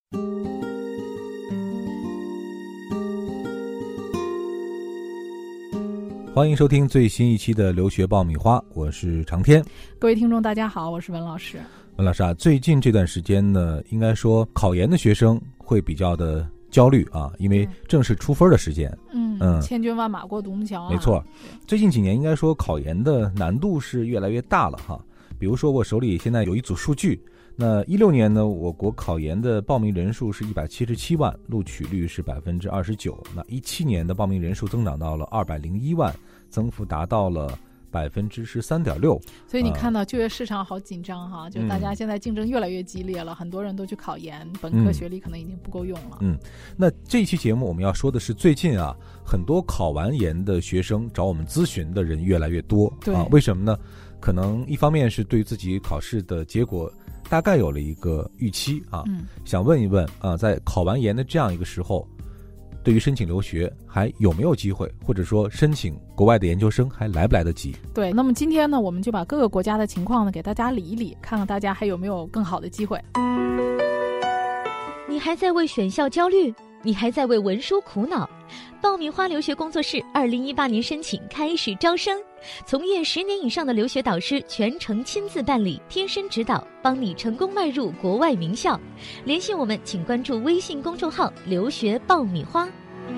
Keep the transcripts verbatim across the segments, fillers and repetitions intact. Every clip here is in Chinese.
欢迎收听最新一期的留学爆米花，我是长天。 各位听众大家好，我是文老师。 文老师啊，最近这段时间呢，应该说考研的学生会比较的焦虑啊，因为正是出分的时间。 嗯嗯，千军万马过独木桥啊。 没错，最近几年应该说考研的难度是越来越大了哈。比如说我手里现在有一组数据，那一六年呢，我国考研的报名人数是一百七十七万，录取率是百分之二十九。那一七年的报名人数增长到了二百零一万，增幅达到了百分之十三点六。 所以你看到就业市场好紧张哈，呃、就大家现在竞争越来越激烈了，嗯、很多人都去考研，本科学历可能已经不够用了。 嗯，那这一期节目我们要说的是，最近啊，很多考完研的学生找我们咨询的人越来越多。 对啊，为什么呢？可能一方面是对自己考试的结果大概有了一个预期啊，嗯、想问一问啊，在考完研的这样一个时候，对于申请留学还有没有机会，或者说申请国外的研究生还来不来得及？ 对，那么今天呢，我们就把各个国家的情况呢给大家理一理，看看大家还有没有更好的机会。 你还在为选校焦虑？你还在为文书苦恼？爆米花留学工作室二零一八年申请开始招生，从业十年以上的留学导师全程亲自办理，贴身指导，帮你成功迈入国外名校。联系我们，请关注微信公众号留学爆米花。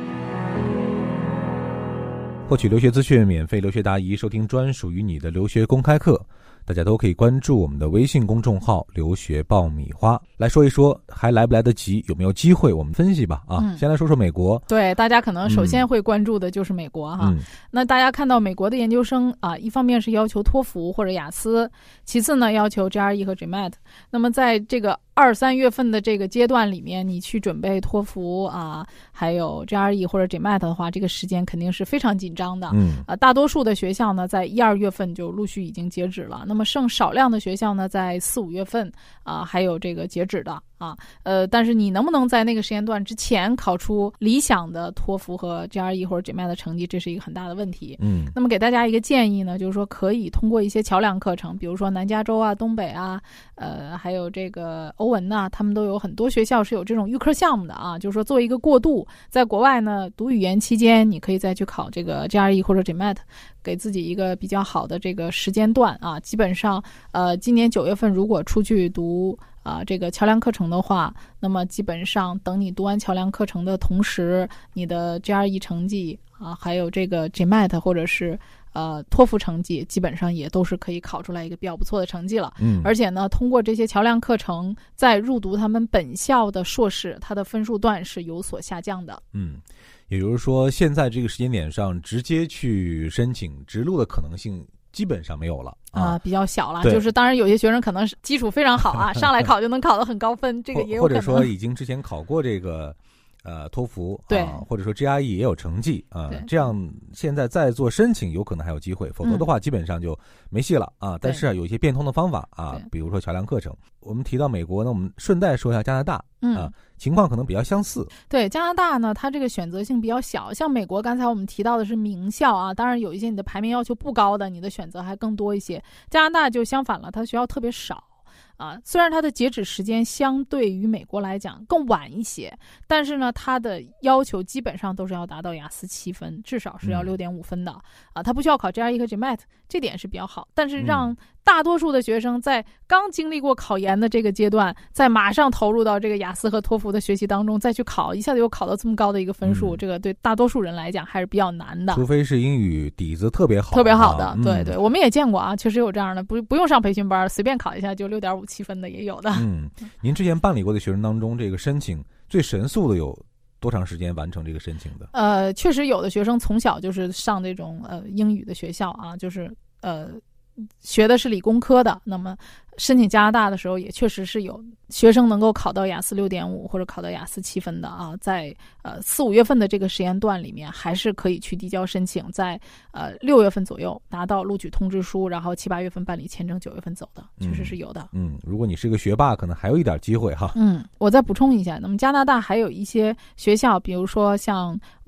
获取留学资讯，免费留学答疑，收听专属于你的留学公开课，大家都可以关注我们的微信公众号留学爆米花。来说一说还来不来得及，有没有机会，我们分析吧啊、嗯、先来说说美国。 对，大家可能首先会关注的就是美国哈、嗯、那大家看到美国的研究生啊，一方面是要求托福或者雅思，其次呢要求 G R E 和 G M A T。 那么在这个二三月份的这个阶段里面，你去准备托福啊，还有 G R E 或者 G M A T 的话，这个时间肯定是非常紧张的。嗯，啊，大多数的学校呢，在一二月份就陆续已经截止了。那么剩少量的学校呢，在四五月份啊，还有这个截止的啊。呃，但是你能不能在那个时间段之前考出理想的托福和 G R E 或者 G M A T 的成绩，这是一个很大的问题。嗯，那么给大家一个建议呢，就是说可以通过一些桥梁课程，比如说南加州啊、东北啊，呃，还有这个欧文呐、啊，他们都有很多学校是有这种预科项目的啊，就是说作为一个过渡，在国外呢读语言期间，你可以再去考这个 G R E 或者 G M A T， 给自己一个比较好的这个时间段啊。基本上，呃，今年九月份如果出去读啊这个桥梁课程的话，那么基本上等你读完桥梁课程的同时，你的 G R E 成绩啊，还有这个 G M A T 或者是呃，托福成绩基本上也都是可以考出来一个比较不错的成绩了。嗯，而且呢，通过这些桥梁课程，在入读他们本校的硕士，它的分数段是有所下降的。 嗯，也就是说，现在这个时间点上，直接去申请直录的可能性基本上没有了啊、 呃，比较小了。就是当然有些学生可能是基础非常好啊，上来考就能考得很高分，这个也有可能。 或者说已经之前考过这个。呃，托福对、 啊，或者说 G R E 也有成绩啊，这样现在再做申请有可能还有机会，否则的话基本上就没戏了啊。嗯、但是啊，有一些变通的方法啊，比如说桥梁课程。我们提到美国呢，我们顺带说一下加拿大、嗯、啊，情况可能比较相似。 对，加拿大呢，它这个选择性比较小，像美国刚才我们提到的是名校啊，当然有一些你的排名要求不高的，你的选择还更多一些。加拿大就相反了，它学校特别少。啊，虽然它的截止时间相对于美国来讲更晚一些，但是呢，它的要求基本上都是要达到雅思七分，至少是要 六点五 分的、嗯、啊，它不需要考 G R E 和 G M A T， 这点是比较好。但是让大多数的学生在刚经历过考研的这个阶段，再马上投入到这个雅思和托福的学习当中，再去考，一下子又考到这么高的一个分数、嗯、这个对大多数人来讲还是比较难的。 除非是英语底子特别好， 特别好的、啊、对、 嗯、 对，我们也见过啊，确实有这样的，不不用上培训班，随便考一下就 六点五七 分的也有的。 嗯，您之前办理过的学生当中，这个申请最神速的有多长时间完成这个申请的？ 呃，确实有的学生从小就是上这种呃英语的学校啊，就是呃学的是理工科的，那么申请加拿大的时候也确实是有学生能够考到雅思 六点五 或者考到雅思七分的啊，在呃四五月份的这个时间段里面还是可以去递交申请，在呃六月份左右拿到录取通知书，然后七八月份办理签证，九月份走的，确实是有的。 嗯，嗯如果你是个学霸，可能还有一点机会哈。 嗯，我再补充一下，那么加拿大还有一些学校，比如说像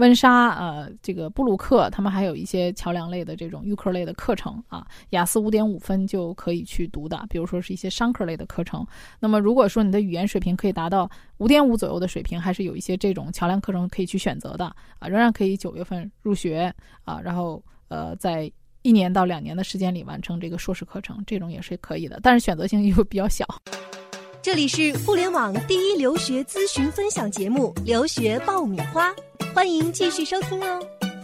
温莎、呃，这个布鲁克，他们还有一些桥梁类的这种预科类的课程啊，雅思五点五分就可以去读的，比如说是一些商科类的课程。那么如果说你的语言水平可以达到五点五左右的水平，还是有一些这种桥梁课程可以去选择的啊，仍然可以九月份入学啊，然后呃在一年到两年的时间里完成这个硕士课程，这种也是可以的，但是选择性又比较小。 这里是互联网第一留学咨询分享节目《留学爆米花》，欢迎继续收听哦。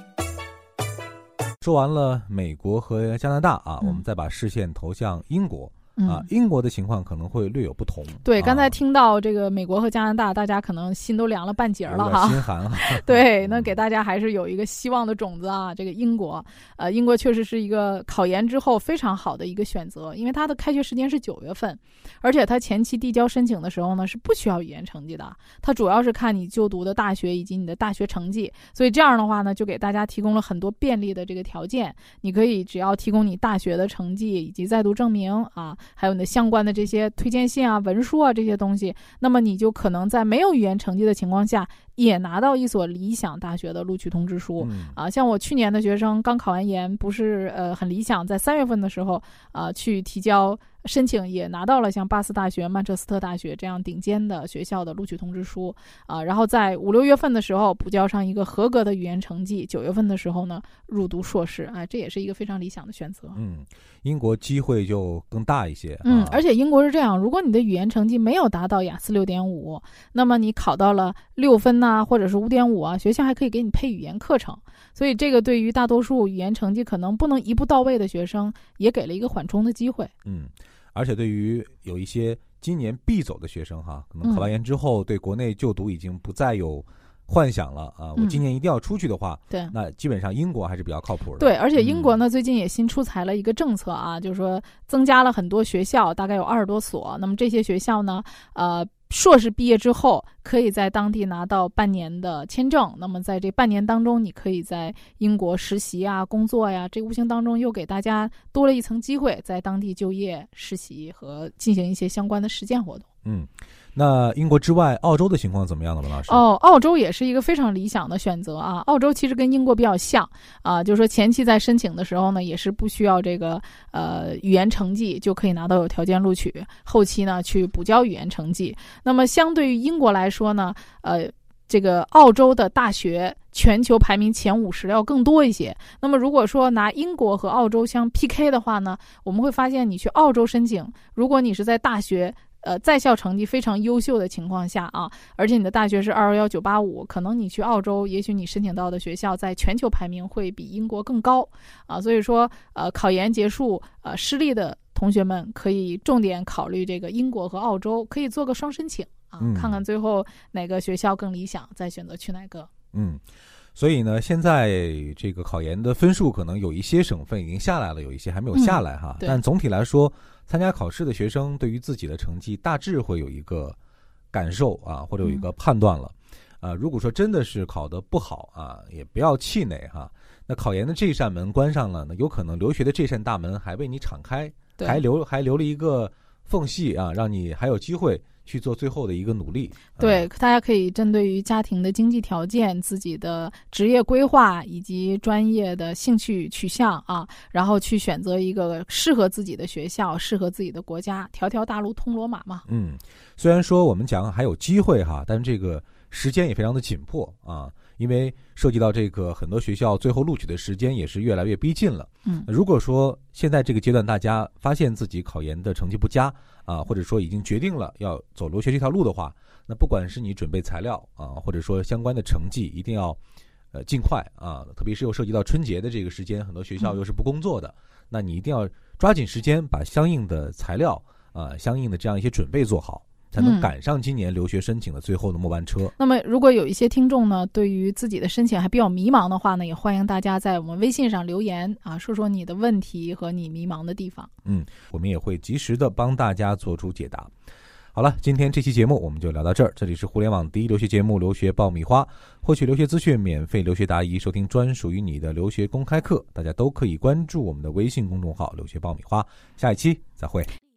说完了美国和加拿大啊， 嗯、 我们再把视线投向英国。啊， 嗯、 英国的情况可能会略有不同。 对， 啊、 刚才听到这个美国和加拿大，大家可能心都凉了半截了哈， 心寒哈。 对，那给大家还是有一个希望的种子啊。这个英国，呃，英国确实是一个考研之后非常好的一个选择，因为它的开学时间是九月份，而且它前期递交申请的时候呢是不需要语言成绩的，它主要是看你就读的大学以及你的大学成绩，所以这样的话呢，就给大家提供了很多便利的这个条件。你可以只要提供你大学的成绩以及在读证明啊，还有你的相关的这些推荐信啊、文书啊这些东西，那么你就可能在没有语言成绩的情况下，也拿到一所理想大学的录取通知书。 嗯、 啊，像我去年的学生刚考完研，不是呃很理想，在三月份的时候啊、呃、去提交申请，也拿到了像巴斯大学、曼彻斯特大学这样顶尖的学校的录取通知书啊，然后在五六月份的时候补交上一个合格的语言成绩，九月份的时候呢入读硕士啊，这也是一个非常理想的选择。 嗯，英国机会就更大一些。 嗯， 啊、 而且英国是这样，如果你的语言成绩没有达到雅思六点五，那么你考到了六分呐、啊，或者是五点五啊，学校还可以给你配语言课程，所以这个对于大多数语言成绩可能不能一步到位的学生，也给了一个缓冲的机会。 嗯。而且对于有一些今年必走的学生哈，可能考完研之后对国内就读已经不再有幻想了啊！我今年一定要出去的话， 对、嗯， 那基本上英国还是比较靠谱的。 对，而且英国呢、嗯、最近也新出台了一个政策啊，就是说增加了很多学校，大概有二十多所。那么这些学校呢，呃。硕士毕业之后，可以在当地拿到半年的签证。那么在这半年当中，你可以在英国实习啊、工作呀，这无形当中又给大家多了一层机会，在当地就业、实习和进行一些相关的实践活动。 嗯，那英国之外，澳洲的情况怎么样呢，文老师？ 哦，澳洲也是一个非常理想的选择啊。澳洲其实跟英国比较像啊，就是说前期在申请的时候呢，也是不需要这个呃语言成绩就可以拿到有条件录取，后期呢去补交语言成绩。那么相对于英国来说呢，呃，这个澳洲的大学全球排名前五十要更多一些。那么如果说拿英国和澳洲相 P K 的话呢，我们会发现你去澳洲申请，如果你是在大学呃，在校成绩非常优秀的情况下啊，而且你的大学是二幺幺九八五，可能你去澳洲，也许你申请到的学校在全球排名会比英国更高啊。所以说，呃，考研结束，呃，失利的同学们可以重点考虑这个英国和澳洲，可以做个双申请啊， 嗯、 看看最后哪个学校更理想，再选择去哪个。 嗯。所以呢，现在这个考研的分数可能有一些省份已经下来了，有一些还没有下来哈。 嗯、 但总体来说，参加考试的学生对于自己的成绩大致会有一个感受啊，或者有一个判断了。啊、嗯呃，如果说真的是考得不好啊，也不要气馁哈。那考研的这扇门关上了，那有可能留学的这扇大门还为你敞开，还留还留了一个缝隙啊，让你还有机会去做最后的一个努力。 对，大家可以针对于家庭的经济条件、自己的职业规划以及专业的兴趣取向啊，然后去选择一个适合自己的学校、适合自己的国家。条条大路通罗马嘛。 嗯，虽然说我们讲还有机会哈，但这个时间也非常的紧迫啊，因为涉及到这个很多学校最后录取的时间也是越来越逼近了。 嗯， 如果说现在这个阶段大家发现自己考研的成绩不佳啊，或者说已经决定了要走留学这条路的话，那不管是你准备材料啊，或者说相关的成绩，一定要呃尽快啊，特别是又涉及到春节的这个时间，很多学校又是不工作的，嗯、那你一定要抓紧时间把相应的材料啊，相应的这样一些准备做好，才能赶上今年留学申请的最后的末班车。 嗯、那么如果有一些听众呢，对于自己的申请还比较迷茫的话呢，也欢迎大家在我们微信上留言啊，说说你的问题和你迷茫的地方。 嗯，我们也会及时的帮大家做出解答。好了，今天这期节目我们就聊到这儿。这里是互联网第一留学节目《留学爆米花》，获取留学资讯、免费留学答疑、收听专属于你的留学公开课，大家都可以关注我们的微信公众号“留学爆米花”。下一期再会。